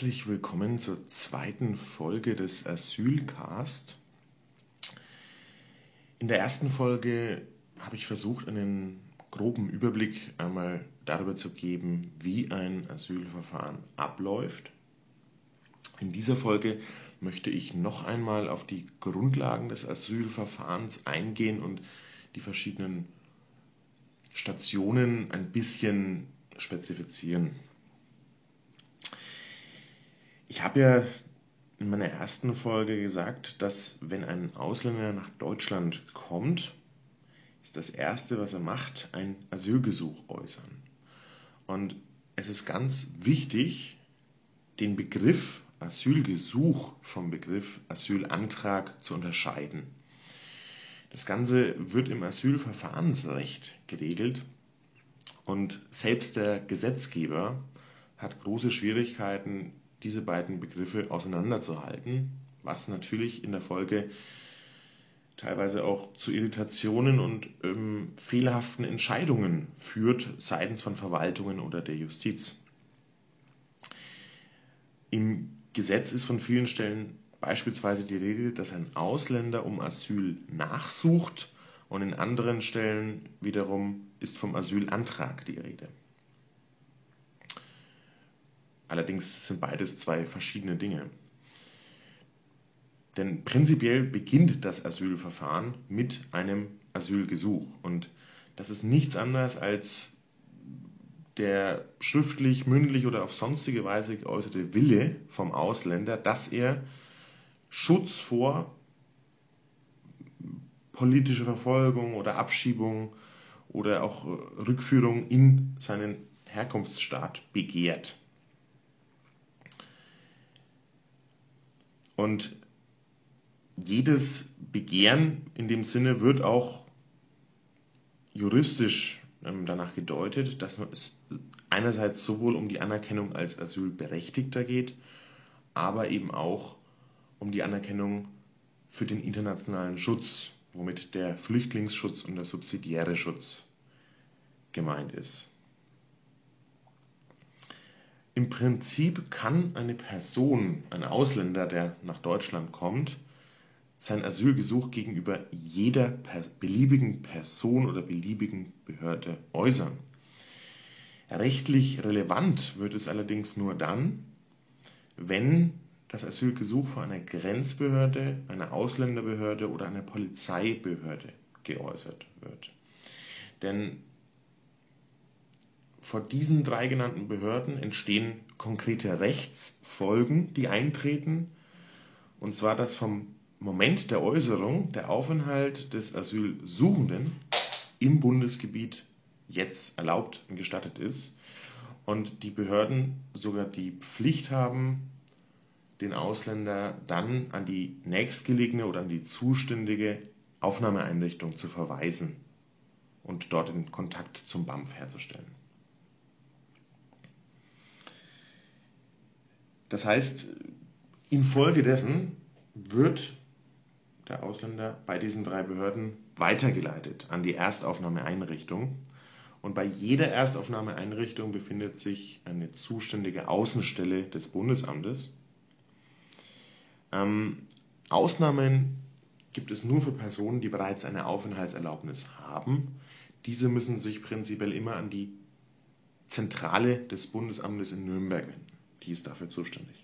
herzlich willkommen zur zweiten Folge des Asylcast. In der ersten Folge habe ich versucht, einen groben Überblick einmal darüber zu geben, wie ein Asylverfahren abläuft. In dieser Folge möchte ich noch einmal auf die Grundlagen des Asylverfahrens eingehen und die verschiedenen Stationen ein bisschen spezifizieren. Ich habe ja in meiner ersten Folge gesagt, dass wenn ein Ausländer nach Deutschland kommt, ist das Erste, was er macht, ein Asylgesuch äußern. Und es ist ganz wichtig, den Begriff Asylgesuch vom Begriff Asylantrag zu unterscheiden. Das Ganze wird im Asylverfahrensrecht geregelt und selbst der Gesetzgeber hat große Schwierigkeiten, diese beiden Begriffe auseinanderzuhalten, was natürlich in der Folge teilweise auch zu Irritationen und fehlerhaften Entscheidungen führt seitens von Verwaltungen oder der Justiz. Im Gesetz ist von vielen Stellen beispielsweise die Rede, dass ein Ausländer um Asyl nachsucht, und in anderen Stellen wiederum ist vom Asylantrag die Rede. Allerdings sind beides zwei verschiedene Dinge. Denn prinzipiell beginnt das Asylverfahren mit einem Asylgesuch. Und das ist nichts anderes als der schriftlich, mündlich oder auf sonstige Weise geäußerte Wille vom Ausländer, dass er Schutz vor politischer Verfolgung oder Abschiebung oder auch Rückführung in seinen Herkunftsstaat begehrt. Und jedes Begehren in dem Sinne wird auch juristisch danach gedeutet, dass es einerseits sowohl um die Anerkennung als Asylberechtigter geht, aber eben auch um die Anerkennung für den internationalen Schutz, womit der Flüchtlingsschutz und der subsidiäre Schutz gemeint ist. Im Prinzip kann eine Person, ein Ausländer, der nach Deutschland kommt, sein Asylgesuch gegenüber jeder beliebigen Person oder beliebigen Behörde äußern. Rechtlich relevant wird es allerdings nur dann, wenn das Asylgesuch von einer Grenzbehörde, einer Ausländerbehörde oder einer Polizeibehörde geäußert wird. Denn vor diesen drei genannten Behörden entstehen konkrete Rechtsfolgen, die eintreten, und zwar, dass vom Moment der Äußerung der Aufenthalt des Asylsuchenden im Bundesgebiet jetzt erlaubt und gestattet ist und die Behörden sogar die Pflicht haben, den Ausländer dann an die nächstgelegene oder an die zuständige Aufnahmeeinrichtung zu verweisen und dort den Kontakt zum BAMF herzustellen. Das heißt, infolgedessen wird der Ausländer bei diesen drei Behörden weitergeleitet an die Erstaufnahmeeinrichtung. Und bei jeder Erstaufnahmeeinrichtung befindet sich eine zuständige Außenstelle des Bundesamtes. Ausnahmen gibt es nur für Personen, die bereits eine Aufenthaltserlaubnis haben. Diese müssen sich prinzipiell immer an die Zentrale des Bundesamtes in Nürnberg wenden. Die ist dafür zuständig.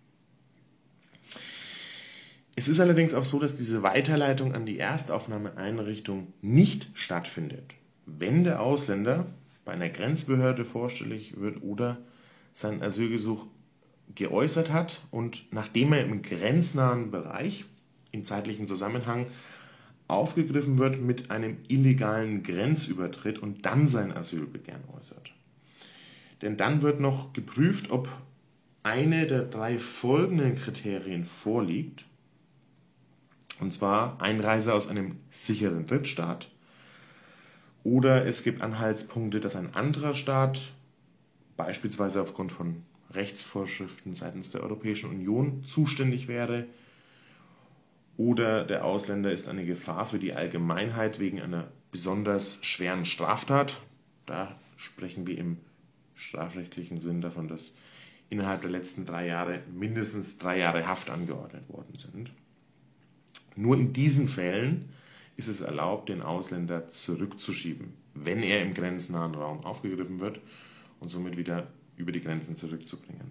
Es ist allerdings auch so, dass diese Weiterleitung an die Erstaufnahmeeinrichtung nicht stattfindet, wenn der Ausländer bei einer Grenzbehörde vorstellig wird oder sein Asylgesuch geäußert hat und nachdem er im grenznahen Bereich im zeitlichen Zusammenhang aufgegriffen wird mit einem illegalen Grenzübertritt und dann sein Asylbegehren äußert. Denn dann wird noch geprüft, ob eine der drei folgenden Kriterien vorliegt, und zwar Einreise aus einem sicheren Drittstaat, oder es gibt Anhaltspunkte, dass ein anderer Staat, beispielsweise aufgrund von Rechtsvorschriften seitens der Europäischen Union, zuständig wäre, oder der Ausländer ist eine Gefahr für die Allgemeinheit wegen einer besonders schweren Straftat. Da sprechen wir im strafrechtlichen Sinn davon, dass innerhalb der letzten 3 Jahre mindestens 3 Jahre Haft angeordnet worden sind. Nur in diesen Fällen ist es erlaubt, den Ausländer zurückzuschieben, wenn er im grenznahen Raum aufgegriffen wird und somit wieder über die Grenzen zurückzubringen.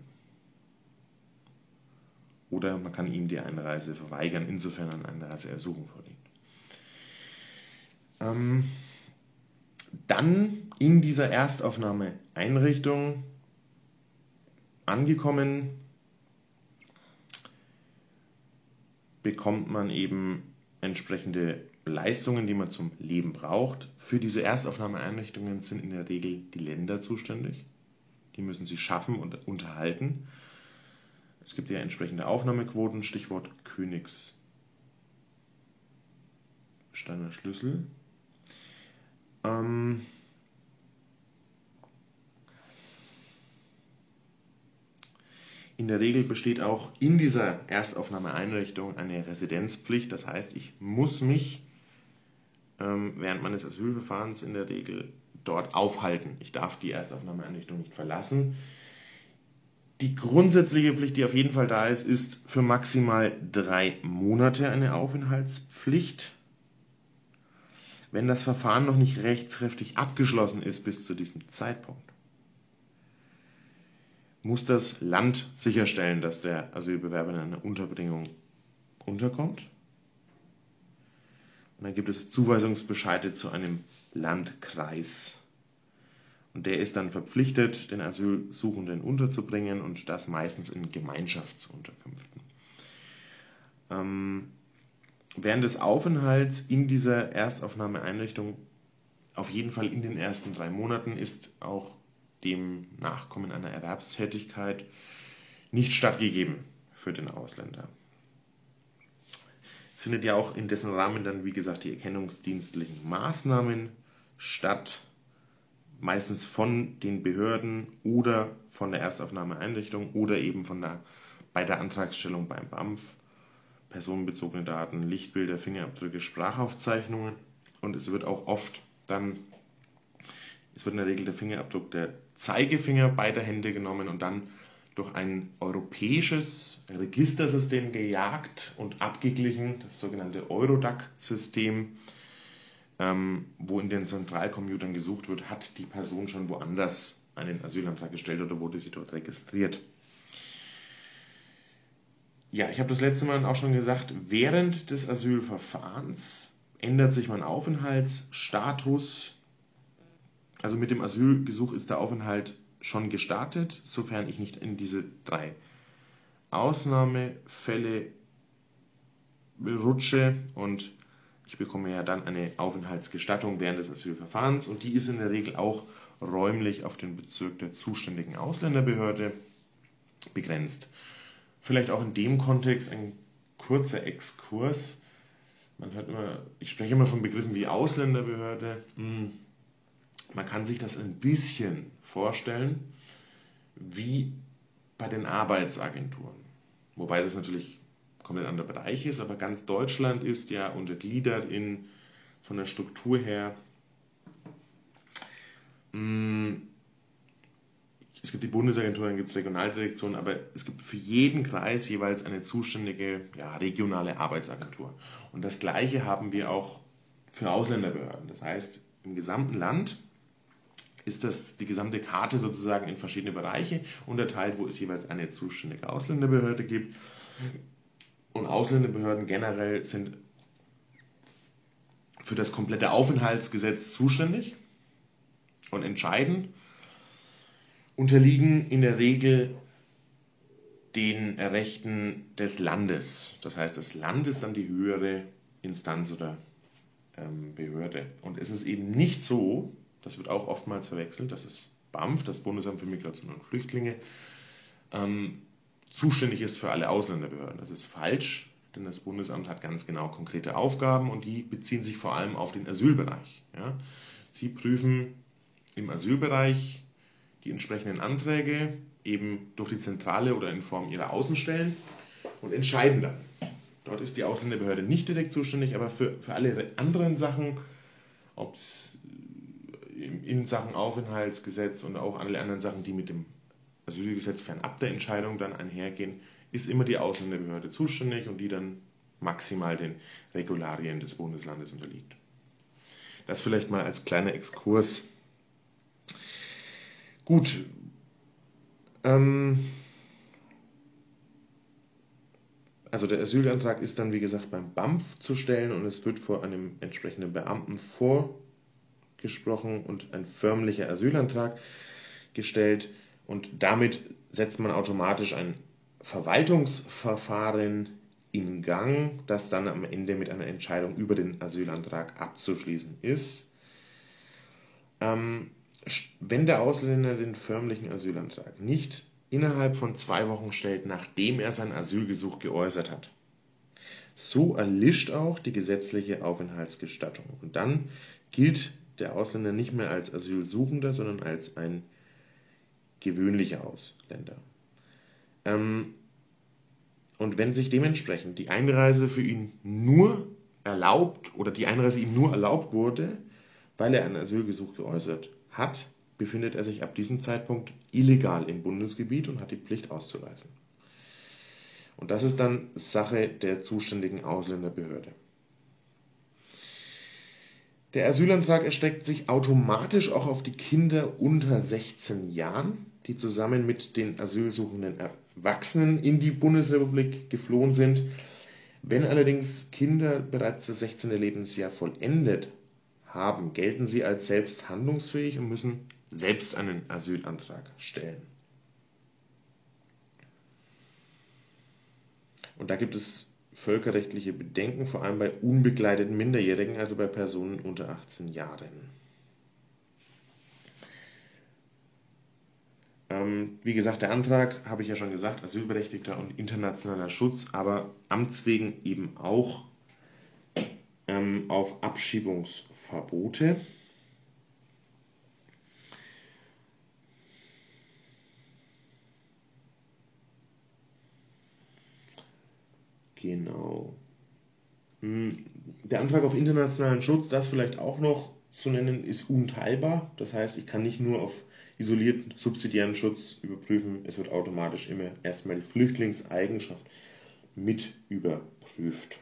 Oder man kann ihm die Einreise verweigern, insofern eine Einreiseersuchung vorliegt. Dann in dieser Erstaufnahmeeinrichtung angekommen, bekommt man eben entsprechende Leistungen, die man zum Leben braucht. Für diese Erstaufnahmeeinrichtungen sind in der Regel die Länder zuständig. Die müssen sie schaffen und unterhalten. Es gibt ja entsprechende Aufnahmequoten, Stichwort Königssteiner Schlüssel. In der Regel besteht auch in dieser Erstaufnahmeeinrichtung eine Residenzpflicht. Das heißt, ich muss mich während meines Asylverfahrens in der Regel dort aufhalten. Ich darf die Erstaufnahmeeinrichtung nicht verlassen. Die grundsätzliche Pflicht, die auf jeden Fall da ist, ist für maximal 3 Monate eine Aufenthaltspflicht. Wenn das Verfahren noch nicht rechtskräftig abgeschlossen ist bis zu diesem Zeitpunkt, muss das Land sicherstellen, dass der Asylbewerber in einer Unterbringung unterkommt. Und dann gibt es Zuweisungsbescheide zu einem Landkreis. Und der ist dann verpflichtet, den Asylsuchenden unterzubringen und das meistens in Gemeinschaftsunterkünften. Während des Aufenthalts in dieser Erstaufnahmeeinrichtung, auf jeden Fall in den ersten 3 Monaten, ist auch dem Nachkommen einer Erwerbstätigkeit nicht stattgegeben für den Ausländer. Es findet ja auch in dessen Rahmen dann, wie gesagt, die erkennungsdienstlichen Maßnahmen statt, meistens von den Behörden oder von der Erstaufnahmeeinrichtung oder eben bei der Antragstellung beim BAMF, personenbezogene Daten, Lichtbilder, Fingerabdrücke, Sprachaufzeichnungen, und es wird auch oft dann, es wird in der Regel der Fingerabdruck der Zeigefinger beider Hände genommen und dann durch ein europäisches Registersystem gejagt und abgeglichen, das sogenannte Eurodac-System, wo in den Zentralcomputern gesucht wird, hat die Person schon woanders einen Asylantrag gestellt oder wurde sie dort registriert. Ja, ich habe das letzte Mal auch schon gesagt, während des Asylverfahrens ändert sich mein Aufenthaltsstatus. Also mit dem Asylgesuch ist der Aufenthalt schon gestartet, sofern ich nicht in diese 3 Ausnahmefälle rutsche, und ich bekomme ja dann eine Aufenthaltsgestattung während des Asylverfahrens, und die ist in der Regel auch räumlich auf den Bezirk der zuständigen Ausländerbehörde begrenzt. Vielleicht auch in dem Kontext ein kurzer Exkurs. Man hört immer, ich spreche immer von Begriffen wie Ausländerbehörde. Man kann sich das ein bisschen vorstellen wie bei den Arbeitsagenturen. Wobei das natürlich ein komplett anderer Bereich ist, aber ganz Deutschland ist ja untergliedert von der Struktur her. Es gibt die Bundesagentur, dann gibt es Regionaldirektionen, aber es gibt für jeden Kreis jeweils eine zuständige regionale Arbeitsagentur. Und das Gleiche haben wir auch für Ausländerbehörden. Das heißt, im gesamten Land ist das die gesamte Karte sozusagen in verschiedene Bereiche unterteilt, wo es jeweils eine zuständige Ausländerbehörde gibt. Und Ausländerbehörden generell sind für das komplette Aufenthaltsgesetz zuständig und entscheiden, unterliegen in der Regel den Rechten des Landes. Das heißt, das Land ist dann die höhere Instanz oder Behörde. Und es ist eben nicht so, das wird auch oftmals verwechselt, dass das BAMF, das Bundesamt für Migration und Flüchtlinge, zuständig ist für alle Ausländerbehörden. Das ist falsch, denn das Bundesamt hat ganz genau konkrete Aufgaben und die beziehen sich vor allem auf den Asylbereich. Ja? Sie prüfen im Asylbereich die entsprechenden Anträge eben durch die Zentrale oder in Form ihrer Außenstellen und entscheiden dann. Dort ist die Ausländerbehörde nicht direkt zuständig, aber für alle anderen Sachen, ob es in Sachen Aufenthaltsgesetz und auch alle anderen Sachen, die mit dem Asylgesetz fernab der Entscheidung dann einhergehen, ist immer die Ausländerbehörde zuständig und die dann maximal den Regularien des Bundeslandes unterliegt. Das vielleicht mal als kleiner Exkurs. Gut. Also der Asylantrag ist dann, wie gesagt, beim BAMF zu stellen und es wird vor einem entsprechenden Beamten vorgesprochen und ein förmlicher Asylantrag gestellt. Und damit setzt man automatisch ein Verwaltungsverfahren in Gang, das dann am Ende mit einer Entscheidung über den Asylantrag abzuschließen ist. Wenn der Ausländer den förmlichen Asylantrag nicht innerhalb von 2 Wochen stellt, nachdem er sein Asylgesuch geäußert hat, so erlischt auch die gesetzliche Aufenthaltsgestattung. Und dann gilt der Ausländer nicht mehr als Asylsuchender, sondern als ein gewöhnlicher Ausländer. Und wenn sich dementsprechend die Einreise für ihn nur erlaubt oder die Einreise ihm nur erlaubt wurde, weil er ein Asylgesuch geäußert hat, befindet er sich ab diesem Zeitpunkt illegal im Bundesgebiet und hat die Pflicht auszureisen. Und das ist dann Sache der zuständigen Ausländerbehörde. Der Asylantrag erstreckt sich automatisch auch auf die Kinder unter 16 Jahren, die zusammen mit den asylsuchenden Erwachsenen in die Bundesrepublik geflohen sind. Wenn allerdings Kinder bereits das 16. Lebensjahr vollendet haben, gelten sie als selbst handlungsfähig und müssen selbst einen Asylantrag stellen. Und da gibt es völkerrechtliche Bedenken, vor allem bei unbegleiteten Minderjährigen, also bei Personen unter 18 Jahren. Wie gesagt, der Antrag, habe ich ja schon gesagt, asylberechtigter und internationaler Schutz, aber amtswegen eben auch auf Abschiebungsverbote. Genau. Der Antrag auf internationalen Schutz, das vielleicht auch noch zu nennen, ist unteilbar. Das heißt, ich kann nicht nur auf isolierten subsidiären Schutz überprüfen, es wird automatisch immer erstmal die Flüchtlingseigenschaft mit überprüft.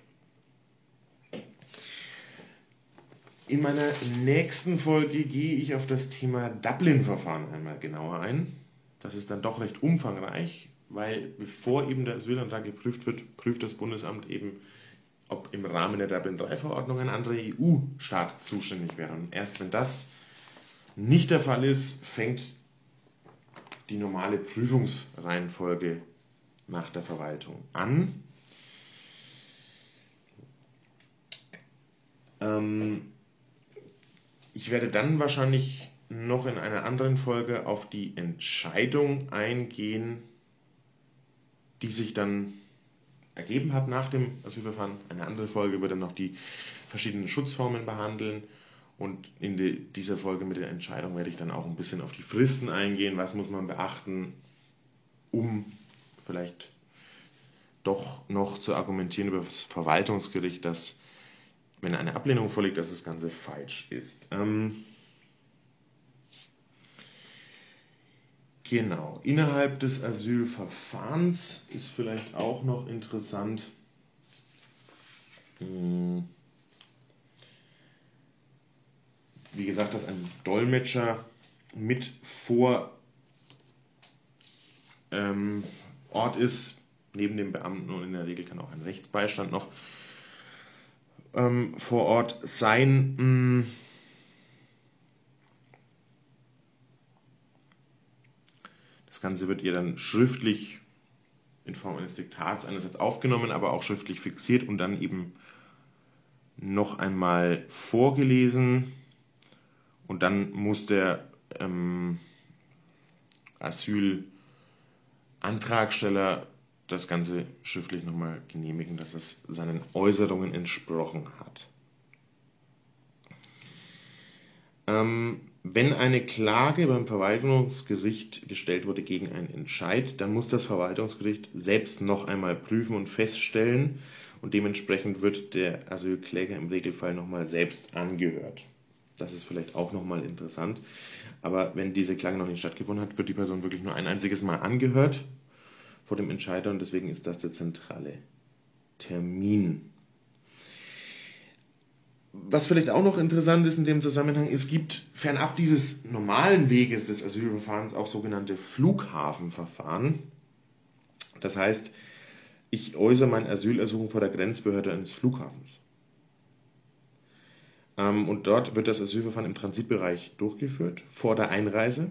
In meiner nächsten Folge gehe ich auf das Thema Dublin-Verfahren einmal genauer ein. Das ist dann doch recht umfangreich, weil bevor eben der Asylantrag geprüft wird, prüft das Bundesamt eben, ob im Rahmen der Dublin-III-Verordnung ein anderer EU-Staat zuständig wäre. Und erst wenn das nicht der Fall ist, fängt die normale Prüfungsreihenfolge nach der Verwaltung an. Ich werde dann wahrscheinlich noch in einer anderen Folge auf die Entscheidung eingehen, die sich dann ergeben hat nach dem Asylverfahren. Eine andere Folge wird dann noch die verschiedenen Schutzformen behandeln. Und in dieser Folge mit der Entscheidung werde ich dann auch ein bisschen auf die Fristen eingehen. Was muss man beachten, um vielleicht doch noch zu argumentieren über das Verwaltungsgericht, dass, wenn eine Ablehnung vorliegt, dass das Ganze falsch ist. Genau. Innerhalb des Asylverfahrens ist vielleicht auch noch interessant, wie gesagt, dass ein Dolmetscher mit vor Ort ist, neben dem Beamten, und in der Regel kann auch ein Rechtsbeistand noch vor Ort sein. Das Ganze wird ihr dann schriftlich in Form eines Diktats einerseits aufgenommen, aber auch schriftlich fixiert und dann eben noch einmal vorgelesen. Und dann muss der Asylantragsteller das Ganze schriftlich nochmal genehmigen, dass es seinen Äußerungen entsprochen hat. Wenn eine Klage beim Verwaltungsgericht gestellt wurde gegen einen Entscheid, dann muss das Verwaltungsgericht selbst noch einmal prüfen und feststellen und dementsprechend wird der Asylkläger im Regelfall nochmal selbst angehört. Das ist vielleicht auch nochmal interessant. Aber wenn diese Klage noch nicht stattgefunden hat, wird die Person wirklich nur ein einziges Mal angehört vor dem Entscheider und deswegen ist das der zentrale Termin. Was vielleicht auch noch interessant ist in dem Zusammenhang, es gibt fernab dieses normalen Weges des Asylverfahrens auch sogenannte Flughafenverfahren. Das heißt, ich äußere mein Asylersuchen vor der Grenzbehörde eines Flughafens. Und dort wird das Asylverfahren im Transitbereich durchgeführt, vor der Einreise.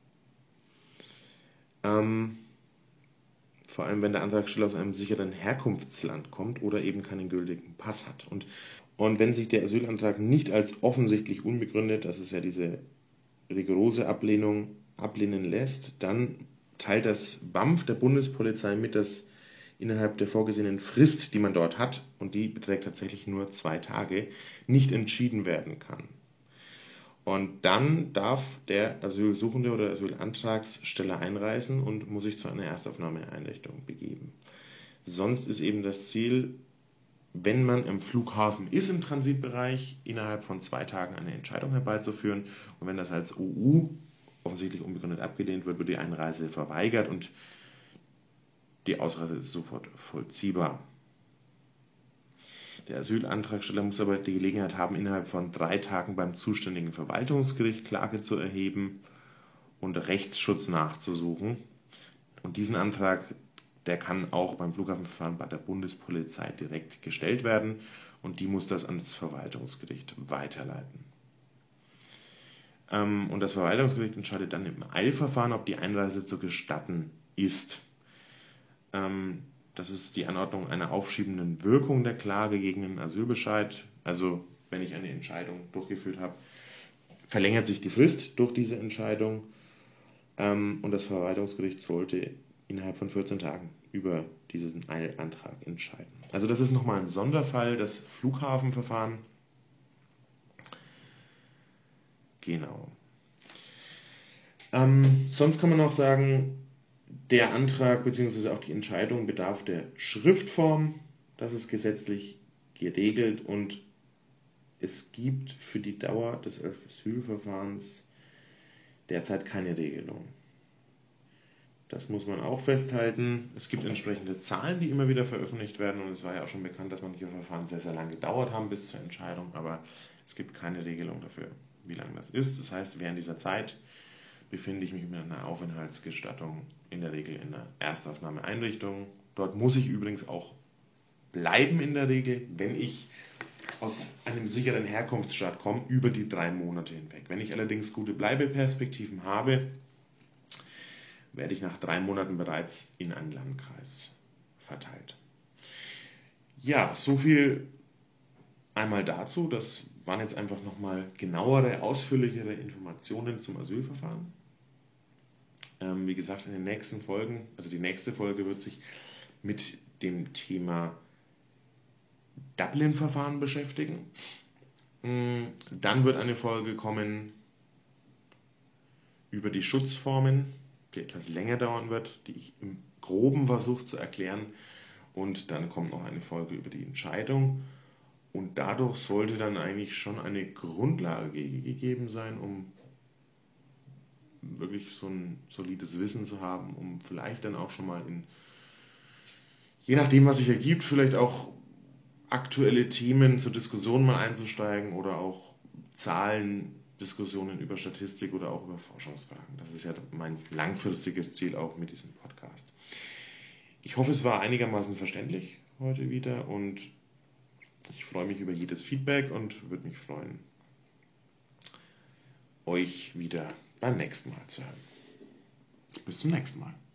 Vor allem, wenn der Antragsteller aus einem sicheren Herkunftsland kommt oder eben keinen gültigen Pass hat. Und wenn sich der Asylantrag nicht als offensichtlich unbegründet, das ist ja diese rigorose Ablehnung, ablehnen lässt, dann teilt das BAMF der Bundespolizei mit, dass innerhalb der vorgesehenen Frist, die man dort hat, und die beträgt tatsächlich nur 2 Tage, nicht entschieden werden kann. Und dann darf der Asylsuchende oder Asylantragsteller einreisen und muss sich zu einer Erstaufnahmeeinrichtung begeben. Sonst ist eben das Ziel, wenn man im Flughafen ist im Transitbereich, innerhalb von 2 Tagen eine Entscheidung herbeizuführen. Und wenn das als OU offensichtlich unbegründet abgelehnt wird, wird die Einreise verweigert und die Ausreise ist sofort vollziehbar. Der Asylantragsteller muss aber die Gelegenheit haben, innerhalb von 3 Tagen beim zuständigen Verwaltungsgericht Klage zu erheben und Rechtsschutz nachzusuchen. Und diesen Antrag, der kann auch beim Flughafenverfahren bei der Bundespolizei direkt gestellt werden und die muss das ans Verwaltungsgericht weiterleiten. Und das Verwaltungsgericht entscheidet dann im Eilverfahren, ob die Einreise zu gestatten ist. Das ist die Anordnung einer aufschiebenden Wirkung der Klage gegen den Asylbescheid. Also wenn ich eine Entscheidung durchgeführt habe, verlängert sich die Frist durch diese Entscheidung und das Verwaltungsgericht sollte innerhalb von 14 Tagen über diesen Eilantrag entscheiden. Also das ist nochmal ein Sonderfall, das Flughafenverfahren. Genau. Sonst kann man auch sagen, der Antrag bzw. auch die Entscheidung bedarf der Schriftform. Das ist gesetzlich geregelt und es gibt für die Dauer des Asylverfahrens derzeit keine Regelung. Das muss man auch festhalten. Es gibt entsprechende Zahlen, die immer wieder veröffentlicht werden und es war ja auch schon bekannt, dass manche Verfahren sehr, sehr lange gedauert haben bis zur Entscheidung, aber es gibt keine Regelung dafür, wie lange das ist. Das heißt, während dieser Zeit befinde ich mich mit einer Aufenthaltsgestattung in der Regel in einer Erstaufnahmeeinrichtung. Dort muss ich übrigens auch bleiben in der Regel, wenn ich aus einem sicheren Herkunftsstaat komme, über die 3 Monate hinweg. Wenn ich allerdings gute Bleibeperspektiven habe, werde ich nach 3 Monaten bereits in einen Landkreis verteilt. Ja, so viel einmal dazu. Das waren jetzt einfach nochmal genauere, ausführlichere Informationen zum Asylverfahren. Wie gesagt, in den nächsten Folgen, also die nächste Folge wird sich mit dem Thema Dublin-Verfahren beschäftigen. Dann wird eine Folge kommen über die Schutzformen, die etwas länger dauern wird, die ich im Groben versuche zu erklären. Und dann kommt noch eine Folge über die Entscheidung. Und dadurch sollte dann eigentlich schon eine Grundlage gegeben sein, um wirklich so ein solides Wissen zu haben, um vielleicht dann auch schon mal je nachdem, was sich ergibt, vielleicht auch aktuelle Themen zur Diskussion mal einzusteigen oder auch Zahlen, Diskussionen über Statistik oder auch über Forschungsfragen. Das ist ja mein langfristiges Ziel auch mit diesem Podcast. Ich hoffe, es war einigermaßen verständlich heute wieder und ich freue mich über jedes Feedback und würde mich freuen, euch wieder beim nächsten Mal zu hören. Bis zum nächsten Mal.